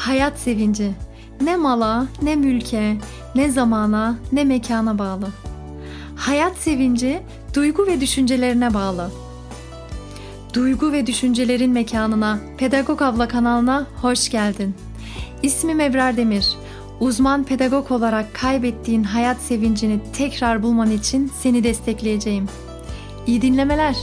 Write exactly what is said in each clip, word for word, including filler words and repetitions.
Hayat sevinci ne mala, ne mülke, ne zamana, ne mekana bağlı. Hayat sevinci duygu ve düşüncelerine bağlı. Duygu ve düşüncelerin mekanına, Pedagog Abla kanalına hoş geldin. İsmim Ebrar Demir. Uzman pedagog olarak kaybettiğin hayat sevincini tekrar bulman için seni destekleyeceğim. İyi dinlemeler.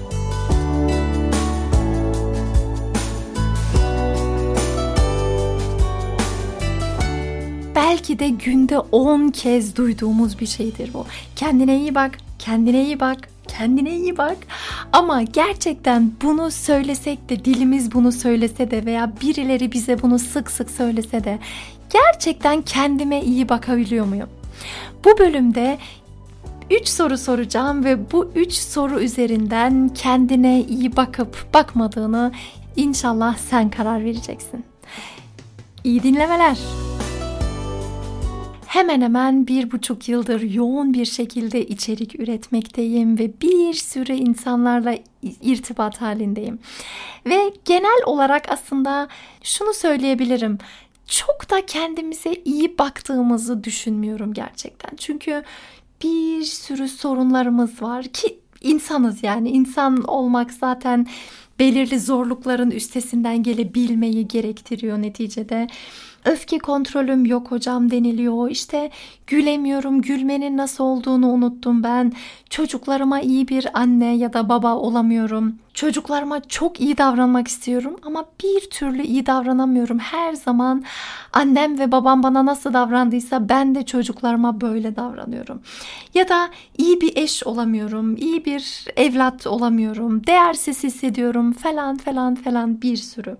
Belki de günde on kez duyduğumuz bir şeydir bu. Kendine iyi bak, kendine iyi bak, kendine iyi bak. Ama gerçekten bunu söylesek de, dilimiz bunu söylese de veya birileri bize bunu sık sık söylese de gerçekten kendime iyi bakabiliyor muyum? Bu bölümde üç soru soracağım ve bu üç soru üzerinden kendine iyi bakıp bakmadığını inşallah sen karar vereceksin. İyi dinlemeler. Hemen hemen bir buçuk yıldır yoğun bir şekilde içerik üretmekteyim ve bir sürü insanlarla irtibat halindeyim. Ve genel olarak aslında şunu söyleyebilirim. Çok da kendimize iyi baktığımızı düşünmüyorum gerçekten. Çünkü bir sürü sorunlarımız var ki insanız, yani insan olmak zaten belirli zorlukların üstesinden gelebilmeyi gerektiriyor neticede. Öfke kontrolüm yok hocam deniliyor. İşte gülemiyorum, gülmenin nasıl olduğunu unuttum ben. Çocuklarıma iyi bir anne ya da baba olamıyorum. Çocuklarıma çok iyi davranmak istiyorum ama bir türlü iyi davranamıyorum. Her zaman annem ve babam bana nasıl davrandıysa ben de çocuklarıma böyle davranıyorum. Ya da iyi bir eş olamıyorum, iyi bir evlat olamıyorum, değersiz hissediyorum falan falan falan bir sürü.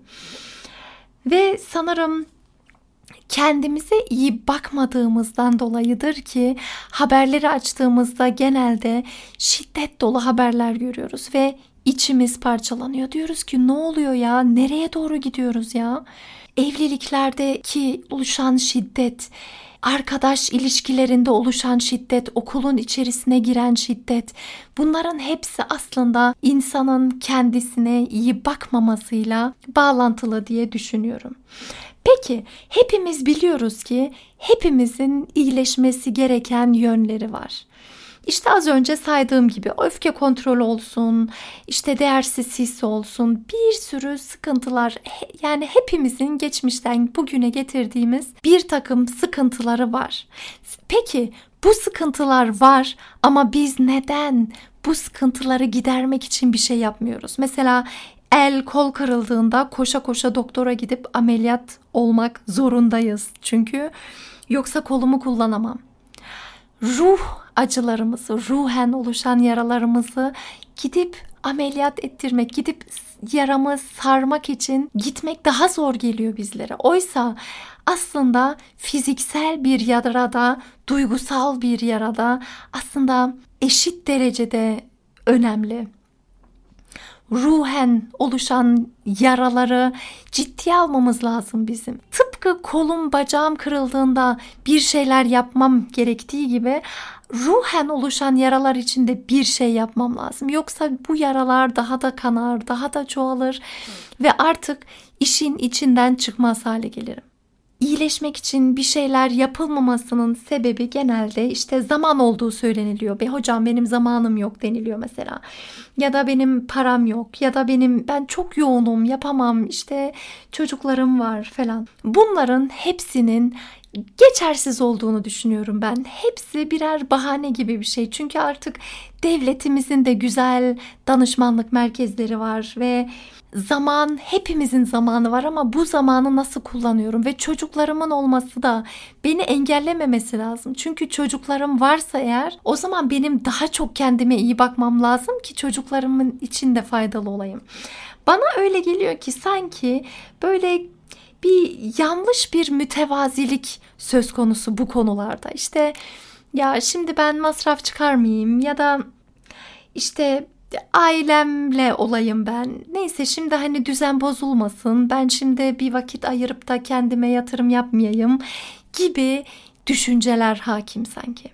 Ve sanırım kendimize iyi bakmadığımızdan dolayıdır ki haberleri açtığımızda genelde şiddet dolu haberler görüyoruz ve içimiz parçalanıyor. Diyoruz ki ne oluyor ya? Nereye doğru gidiyoruz ya? Evliliklerdeki oluşan şiddet, arkadaş ilişkilerinde oluşan şiddet, okulun içerisine giren şiddet, bunların hepsi aslında insanın kendisine iyi bakmamasıyla bağlantılı diye düşünüyorum. Peki hepimiz biliyoruz ki hepimizin iyileşmesi gereken yönleri var. İşte az önce saydığım gibi öfke kontrolü olsun, işte değersiz his olsun, bir sürü sıkıntılar, yani hepimizin geçmişten bugüne getirdiğimiz bir takım sıkıntıları var. Peki bu sıkıntılar var ama biz neden bu sıkıntıları gidermek için bir şey yapmıyoruz? Mesela el kol kırıldığında koşa koşa doktora gidip ameliyat olmak zorundayız. Çünkü yoksa kolumu kullanamam. Ruh acılarımızı, ruhen oluşan yaralarımızı gidip ameliyat ettirmek, gidip yaramı sarmak için gitmek daha zor geliyor bizlere. Oysa aslında fiziksel bir yarada, duygusal bir yarada aslında eşit derecede önemli. Ruhen oluşan yaraları ciddiye almamız lazım bizim. Tıpkı kolum bacağım kırıldığında bir şeyler yapmam gerektiği gibi ruhen oluşan yaralar için de bir şey yapmam lazım. Yoksa bu yaralar daha da kanar, daha da çoğalır ve artık işin içinden çıkmaz hale gelirim. İyileşmek için bir şeyler yapılmamasının sebebi genelde işte zaman olduğu söyleniliyor. Be hocam benim zamanım yok deniliyor mesela. Ya da benim param yok ya da benim ben çok yoğunum yapamam işte çocuklarım var falan. Bunların hepsinin geçersiz olduğunu düşünüyorum ben. Hepsi birer bahane gibi bir şey. Çünkü artık devletimizin de güzel danışmanlık merkezleri var ve zaman, hepimizin zamanı var ama bu zamanı nasıl kullanıyorum? Ve çocuklarımın olması da beni engellememesi lazım. Çünkü çocuklarım varsa eğer o zaman benim daha çok kendime iyi bakmam lazım ki çocuklarımın için de faydalı olayım. Bana öyle geliyor ki sanki böyle bir yanlış bir mütevazilik söz konusu bu konularda. İşte ya şimdi ben masraf çıkarmayayım ya da işte ailemle olayım ben. Neyse şimdi hani düzen bozulmasın. Ben şimdi bir vakit ayırıp da kendime yatırım yapmayayım gibi düşünceler hakim sanki.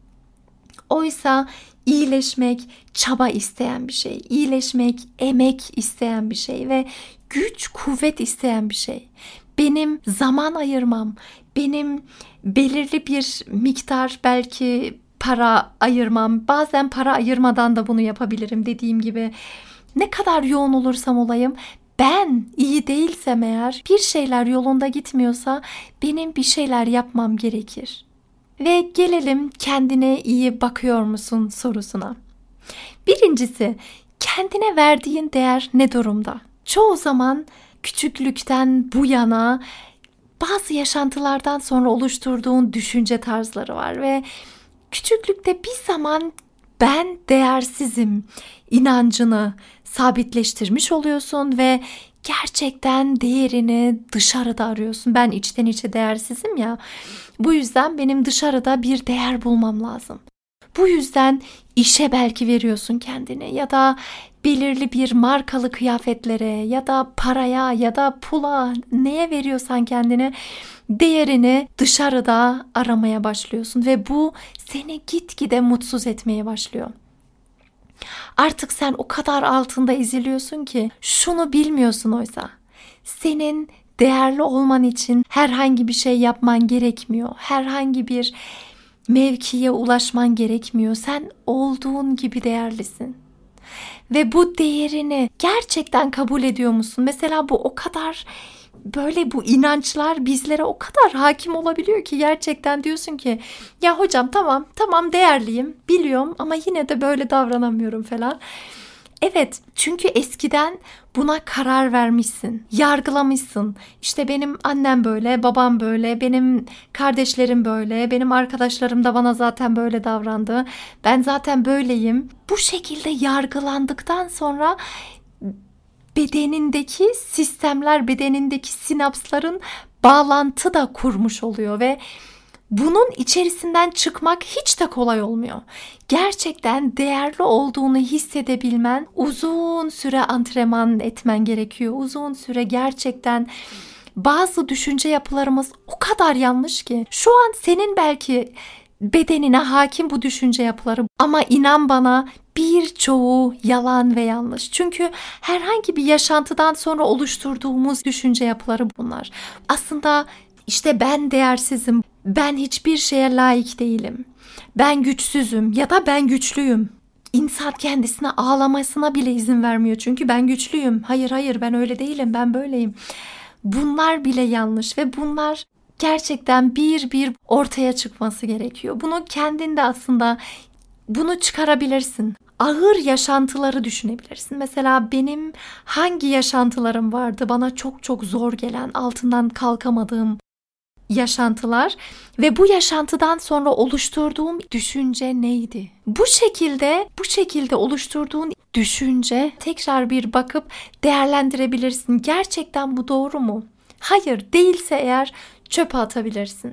Oysa iyileşmek çaba isteyen bir şey. İyileşmek emek isteyen bir şey ve güç, kuvvet isteyen bir şey. benim zaman ayırmam, benim belirli bir miktar belki para ayırmam, bazen para ayırmadan da bunu yapabilirim dediğim gibi. Ne kadar yoğun olursam olayım, ben iyi değilsem eğer, bir şeyler yolunda gitmiyorsa benim bir şeyler yapmam gerekir. Ve gelelim kendine iyi bakıyor musun sorusuna. Birincisi, kendine verdiğin değer ne durumda? Çoğu zaman küçüklükten bu yana bazı yaşantılardan sonra oluşturduğun düşünce tarzları var ve küçüklükte bir zaman ben değersizim inancını sabitleştirmiş oluyorsun ve gerçekten değerini dışarıda arıyorsun. Ben içten içe değersizim ya. Bu yüzden benim dışarıda bir değer bulmam lazım. Bu yüzden işe belki veriyorsun kendini ya da belirli bir markalı kıyafetlere ya da paraya ya da pula, neye veriyorsan kendini, değerini dışarıda aramaya başlıyorsun ve bu seni gitgide mutsuz etmeye başlıyor. Artık sen o kadar altında eziliyorsun ki şunu bilmiyorsun oysa. Senin değerli olman için herhangi bir şey yapman gerekmiyor. Herhangi bir mevkiye ulaşman gerekmiyor. Sen olduğun gibi değerlisin. Ve bu değerini gerçekten kabul ediyor musun? Mesela bu o kadar böyle, bu inançlar bizlere o kadar hakim olabiliyor ki gerçekten diyorsun ki ya hocam tamam tamam değerliyim biliyorum ama yine de böyle davranamıyorum falan. Evet, çünkü eskiden buna karar vermişsin, yargılamışsın. İşte benim annem böyle, babam böyle, benim kardeşlerim böyle, benim arkadaşlarım da bana zaten böyle davrandı. Ben zaten böyleyim. Bu şekilde yargılandıktan sonra bedenindeki sistemler, bedenindeki sinapsların bağlantı da kurmuş oluyor ve bunun içerisinden çıkmak hiç de kolay olmuyor. Gerçekten değerli olduğunu hissedebilmen, uzun süre antrenman etmen gerekiyor. Uzun süre gerçekten bazı düşünce yapılarımız o kadar yanlış ki. Şu an senin belki bedenine hakim bu düşünce yapıları ama inan bana birçoğu yalan ve yanlış. Çünkü herhangi bir yaşantıdan sonra oluşturduğumuz düşünce yapıları bunlar. Aslında işte ben değersizim, ben hiçbir şeye layık değilim, ben güçsüzüm ya da ben güçlüyüm. İnsan kendisine ağlamasına bile izin vermiyor çünkü ben güçlüyüm. Hayır hayır ben öyle değilim, ben böyleyim. Bunlar bile yanlış ve bunlar gerçekten bir bir ortaya çıkması gerekiyor. Bunu kendinde aslında bunu çıkarabilirsin. Ağır yaşantıları düşünebilirsin. Mesela benim hangi yaşantılarım vardı bana çok çok zor gelen, altından kalkamadığım yaşantılar ve bu yaşantıdan sonra oluşturduğum düşünce neydi? Bu şekilde, bu şekilde oluşturduğun düşünce tekrar bir bakıp değerlendirebilirsin. Gerçekten bu doğru mu? Hayır, değilse eğer çöpe atabilirsin.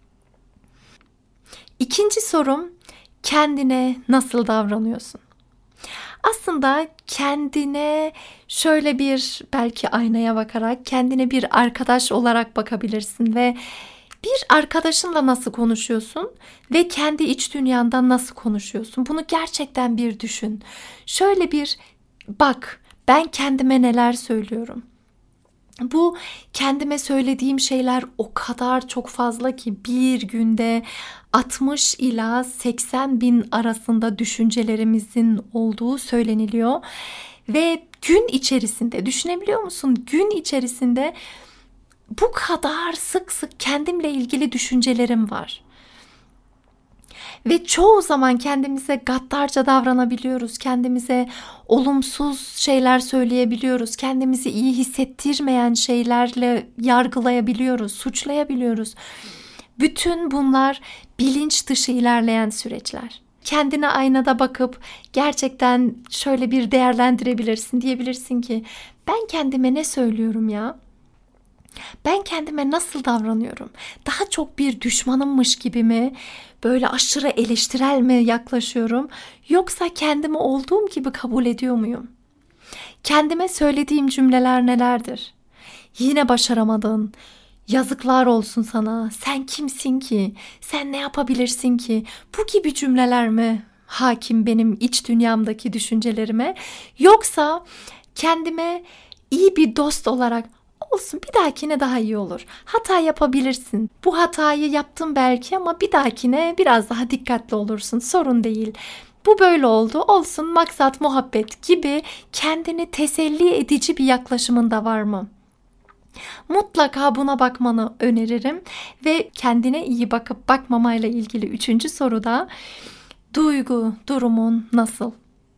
İkinci sorum, kendine nasıl davranıyorsun? Aslında kendine şöyle bir, belki aynaya bakarak kendine bir arkadaş olarak bakabilirsin ve bir arkadaşınla nasıl konuşuyorsun ve kendi iç dünyanda nasıl konuşuyorsun? Bunu gerçekten bir düşün. Şöyle bir bak, ben kendime neler söylüyorum? Bu kendime söylediğim şeyler o kadar çok fazla ki bir günde altmış ila seksen bin arasında düşüncelerimizin olduğu söyleniliyor. Ve gün içerisinde, düşünebiliyor musun? Gün içerisinde bu kadar sık sık kendimle ilgili düşüncelerim var. Ve çoğu zaman kendimize gaddarca davranabiliyoruz. Kendimize olumsuz şeyler söyleyebiliyoruz. Kendimizi iyi hissettirmeyen şeylerle yargılayabiliyoruz, suçlayabiliyoruz. Bütün bunlar bilinç dışı ilerleyen süreçler. Kendine aynada bakıp gerçekten şöyle bir değerlendirebilirsin. Diyebilirsin ki ben kendime ne söylüyorum ya? Ben kendime nasıl davranıyorum? Daha çok bir düşmanımmış gibi mi? Böyle aşırı eleştirel mi yaklaşıyorum? Yoksa kendimi olduğum gibi kabul ediyor muyum? Kendime söylediğim cümleler nelerdir? Yine başaramadın. Yazıklar olsun sana. Sen kimsin ki? Sen ne yapabilirsin ki? Bu gibi cümleler mi hakim benim iç dünyamdaki düşüncelerime? Yoksa kendime iyi bir dost olarak Olsun, bir dahakine daha iyi olur. Hata yapabilirsin. Bu hatayı yaptın belki ama bir dahakine biraz daha dikkatli olursun. Sorun değil. Bu böyle oldu. Olsun, maksat muhabbet gibi kendini teselli edici bir yaklaşımın da var mı? Mutlaka buna bakmanı öneririm ve kendine iyi bakıp bakmamayla ilgili üçüncü soruda duygu durumun nasıl?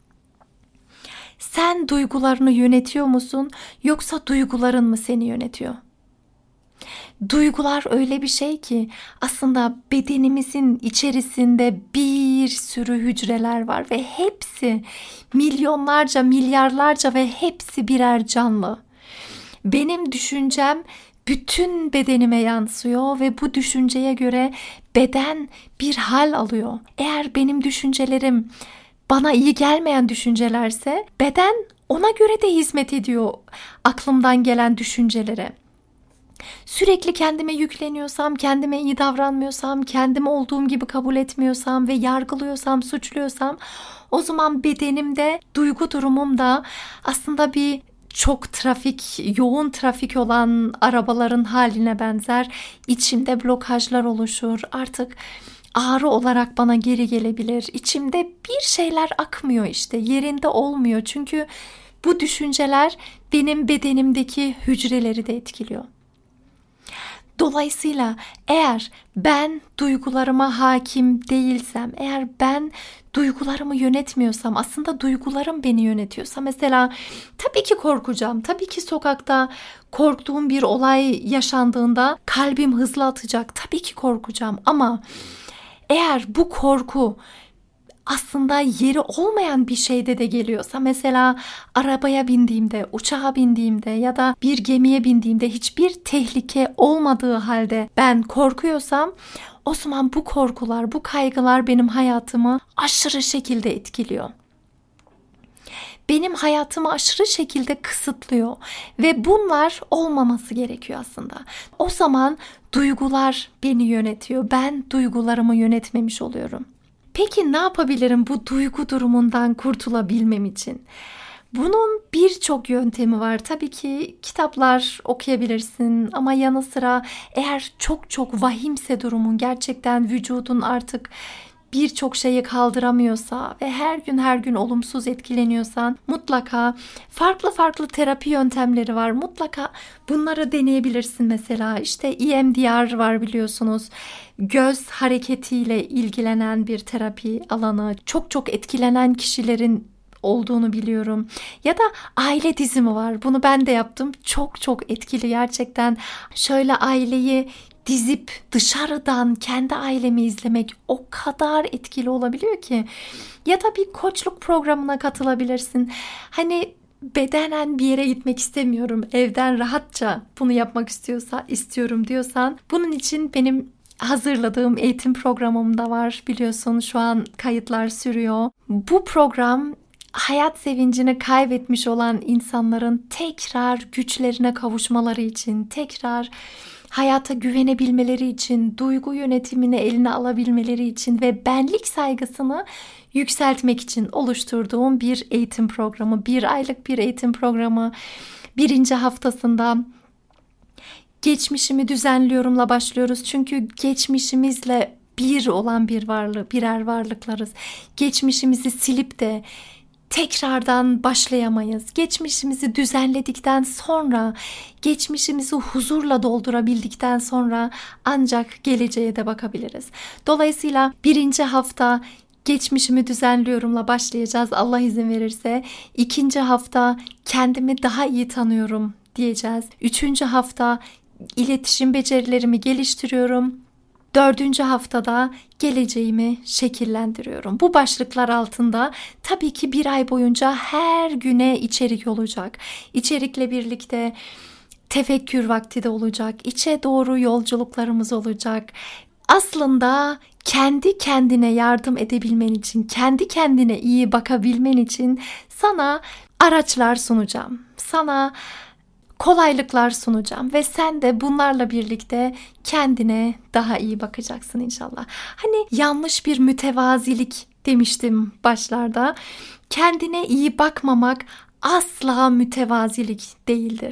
Sen duygularını yönetiyor musun yoksa duyguların mı seni yönetiyor? Duygular öyle bir şey ki aslında bedenimizin içerisinde bir sürü hücreler var ve hepsi milyonlarca, milyarlarca ve hepsi birer canlı. Benim düşüncem bütün bedenime yansıyor ve bu düşünceye göre beden bir hal alıyor. Eğer benim düşüncelerim bana iyi gelmeyen düşüncelerse beden ona göre de hizmet ediyor aklımdan gelen düşüncelere. Sürekli kendime yükleniyorsam, kendime iyi davranmıyorsam, kendimi olduğum gibi kabul etmiyorsam ve yargılıyorsam, suçluyorsam o zaman bedenimde, duygu durumum da aslında bir çok trafik, yoğun trafik olan arabaların haline benzer. İçimde blokajlar oluşur. Artık ağrı olarak bana geri gelebilir. İçimde bir şeyler akmıyor işte, yerinde olmuyor. Çünkü bu düşünceler benim bedenimdeki hücreleri de etkiliyor. Dolayısıyla eğer ben duygularıma hakim değilsem, eğer ben duygularımı yönetmiyorsam, aslında duygularım beni yönetiyorsa, mesela tabii ki korkacağım. Tabii ki sokakta korktuğum bir olay yaşandığında kalbim hızlı atacak. Tabii ki korkacağım ama eğer bu korku aslında yeri olmayan bir şeyde de geliyorsa, mesela arabaya bindiğimde, uçağa bindiğimde ya da bir gemiye bindiğimde hiçbir tehlike olmadığı halde ben korkuyorsam, o zaman bu korkular, bu kaygılar benim hayatımı aşırı şekilde etkiliyor. Benim hayatımı aşırı şekilde kısıtlıyor ve bunlar olmaması gerekiyor aslında. O zaman duygular beni yönetiyor. Ben duygularımı yönetmemiş oluyorum. Peki ne yapabilirim bu duygu durumundan kurtulabilmem için? Bunun birçok yöntemi var. Tabii ki kitaplar okuyabilirsin ama yanı sıra eğer çok çok vahimse durumun, gerçekten vücudun artık birçok şeyi kaldıramıyorsa ve her gün her gün olumsuz etkileniyorsan mutlaka farklı farklı terapi yöntemleri var. Mutlaka bunları deneyebilirsin. Mesela işte E M D R var, biliyorsunuz. Göz hareketiyle ilgilenen bir terapi alanı. Çok çok etkilenen kişilerin olduğunu biliyorum. Ya da aile dizimi var. Bunu ben de yaptım. Çok çok etkili gerçekten. Şöyle aileyi dizip dışarıdan kendi ailemi izlemek o kadar etkili olabiliyor ki. Ya da bir koçluk programına katılabilirsin. Hani bedenen bir yere gitmek istemiyorum, evden rahatça bunu yapmak istiyorsa istiyorum diyorsan, bunun için benim hazırladığım eğitim programım da var, biliyorsun, şu an kayıtlar sürüyor. Bu program hayat sevincini kaybetmiş olan insanların tekrar güçlerine kavuşmaları için, tekrar hayata güvenebilmeleri için, duygu yönetimini eline alabilmeleri için ve benlik saygısını yükseltmek için oluşturduğum bir eğitim programı. Bir aylık bir eğitim programı. Birinci haftasında geçmişimi düzenliyorumla başlıyoruz. Çünkü geçmişimizle bir olan bir varlık, birer varlıklarız. Geçmişimizi silip de tekrardan başlayamayız. Geçmişimizi düzenledikten sonra, geçmişimizi huzurla doldurabildikten sonra ancak geleceğe de bakabiliriz. Dolayısıyla birinci hafta geçmişimi düzenliyorumla başlayacağız, Allah izin verirse. İkinci hafta kendimi daha iyi tanıyorum diyeceğiz. Üçüncü hafta iletişim becerilerimi geliştiriyorum. Dördüncü haftada geleceğimi şekillendiriyorum. Bu başlıklar altında tabii ki bir ay boyunca her güne içerik olacak. İçerikle birlikte tefekkür vakti de olacak. İçe doğru yolculuklarımız olacak. Aslında kendi kendine yardım edebilmen için, kendi kendine iyi bakabilmen için sana araçlar sunacağım. Sana kolaylıklar sunacağım ve sen de bunlarla birlikte kendine daha iyi bakacaksın inşallah. Hani yanlış bir mütevazilik demiştim başlarda. Kendine iyi bakmamak asla mütevazilik değildir.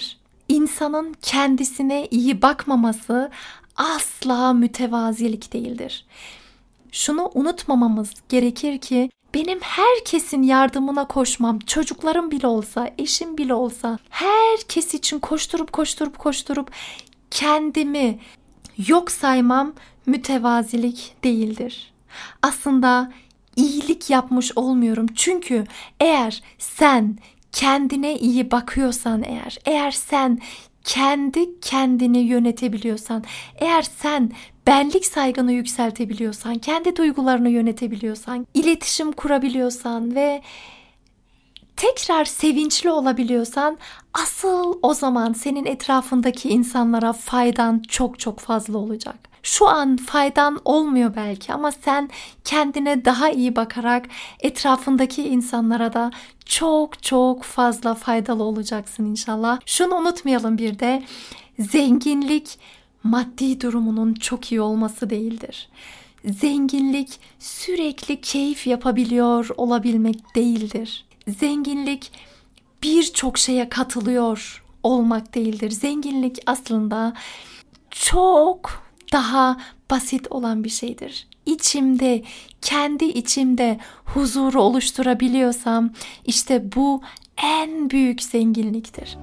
insanın kendisine iyi bakmaması asla mütevazilik değildir. Şunu unutmamamız gerekir ki benim herkesin yardımına koşmam, çocuklarım bile olsa, eşim bile olsa, herkes için koşturup koşturup koşturup kendimi yok saymam mütevazilik değildir. Aslında iyilik yapmış olmuyorum. Çünkü eğer sen kendine iyi bakıyorsan eğer, eğer sen kendi kendini yönetebiliyorsan, eğer sen benlik saygını yükseltebiliyorsan, kendi duygularını yönetebiliyorsan, iletişim kurabiliyorsan ve tekrar sevinçli olabiliyorsan, asıl o zaman senin etrafındaki insanlara faydan çok çok fazla olacak. Şu an faydan olmuyor belki ama sen kendine daha iyi bakarak etrafındaki insanlara da çok çok fazla faydalı olacaksın inşallah. Şunu unutmayalım, bir de zenginlik maddi durumunun çok iyi olması değildir. Zenginlik sürekli keyif yapabiliyor olabilmek değildir. Zenginlik birçok şeye katılıyor olmak değildir. Zenginlik aslında çok daha basit olan bir şeydir. İçimde, kendi içimde huzuru oluşturabiliyorsam işte bu en büyük zenginliktir.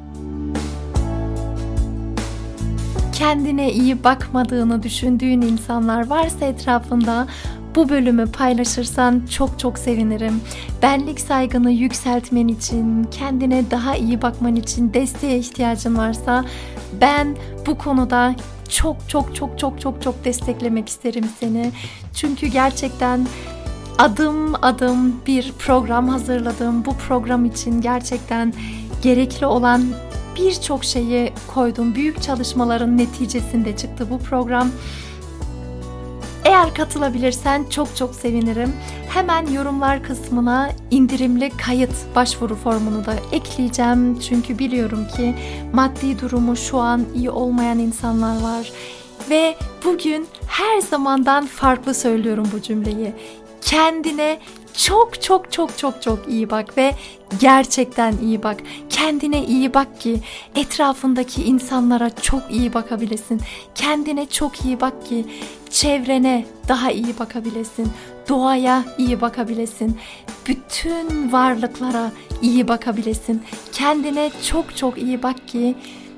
Kendine iyi bakmadığını düşündüğün insanlar varsa etrafında, bu bölümü paylaşırsan çok çok sevinirim. Benlik saygını yükseltmen için, kendine daha iyi bakman için desteğe ihtiyacın varsa ben bu konuda çok çok çok çok çok çok desteklemek isterim seni. Çünkü gerçekten adım adım bir program hazırladım. Bu program için gerçekten gerekli olan birçok şeyi koydum. Büyük çalışmaların neticesinde çıktı bu program. Eğer katılabilirsen çok çok sevinirim. Hemen yorumlar kısmına indirimli kayıt başvuru formunu da ekleyeceğim. Çünkü biliyorum ki maddi durumu şu an iyi olmayan insanlar var. Ve bugün her zamandan farklı söylüyorum bu cümleyi. Kendine çok çok çok çok çok iyi bak ve gerçekten iyi bak. Kendine iyi bak ki etrafındaki insanlara çok iyi bakabilesin. Kendine çok iyi bak ki çevrene daha iyi bakabilesin. Doğaya iyi bakabilesin. Bütün varlıklara iyi bakabilesin. Kendine çok çok iyi bak ki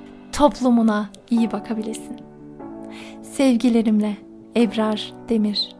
toplumuna iyi bakabilesin. Sevgilerimle Ebrar Demir.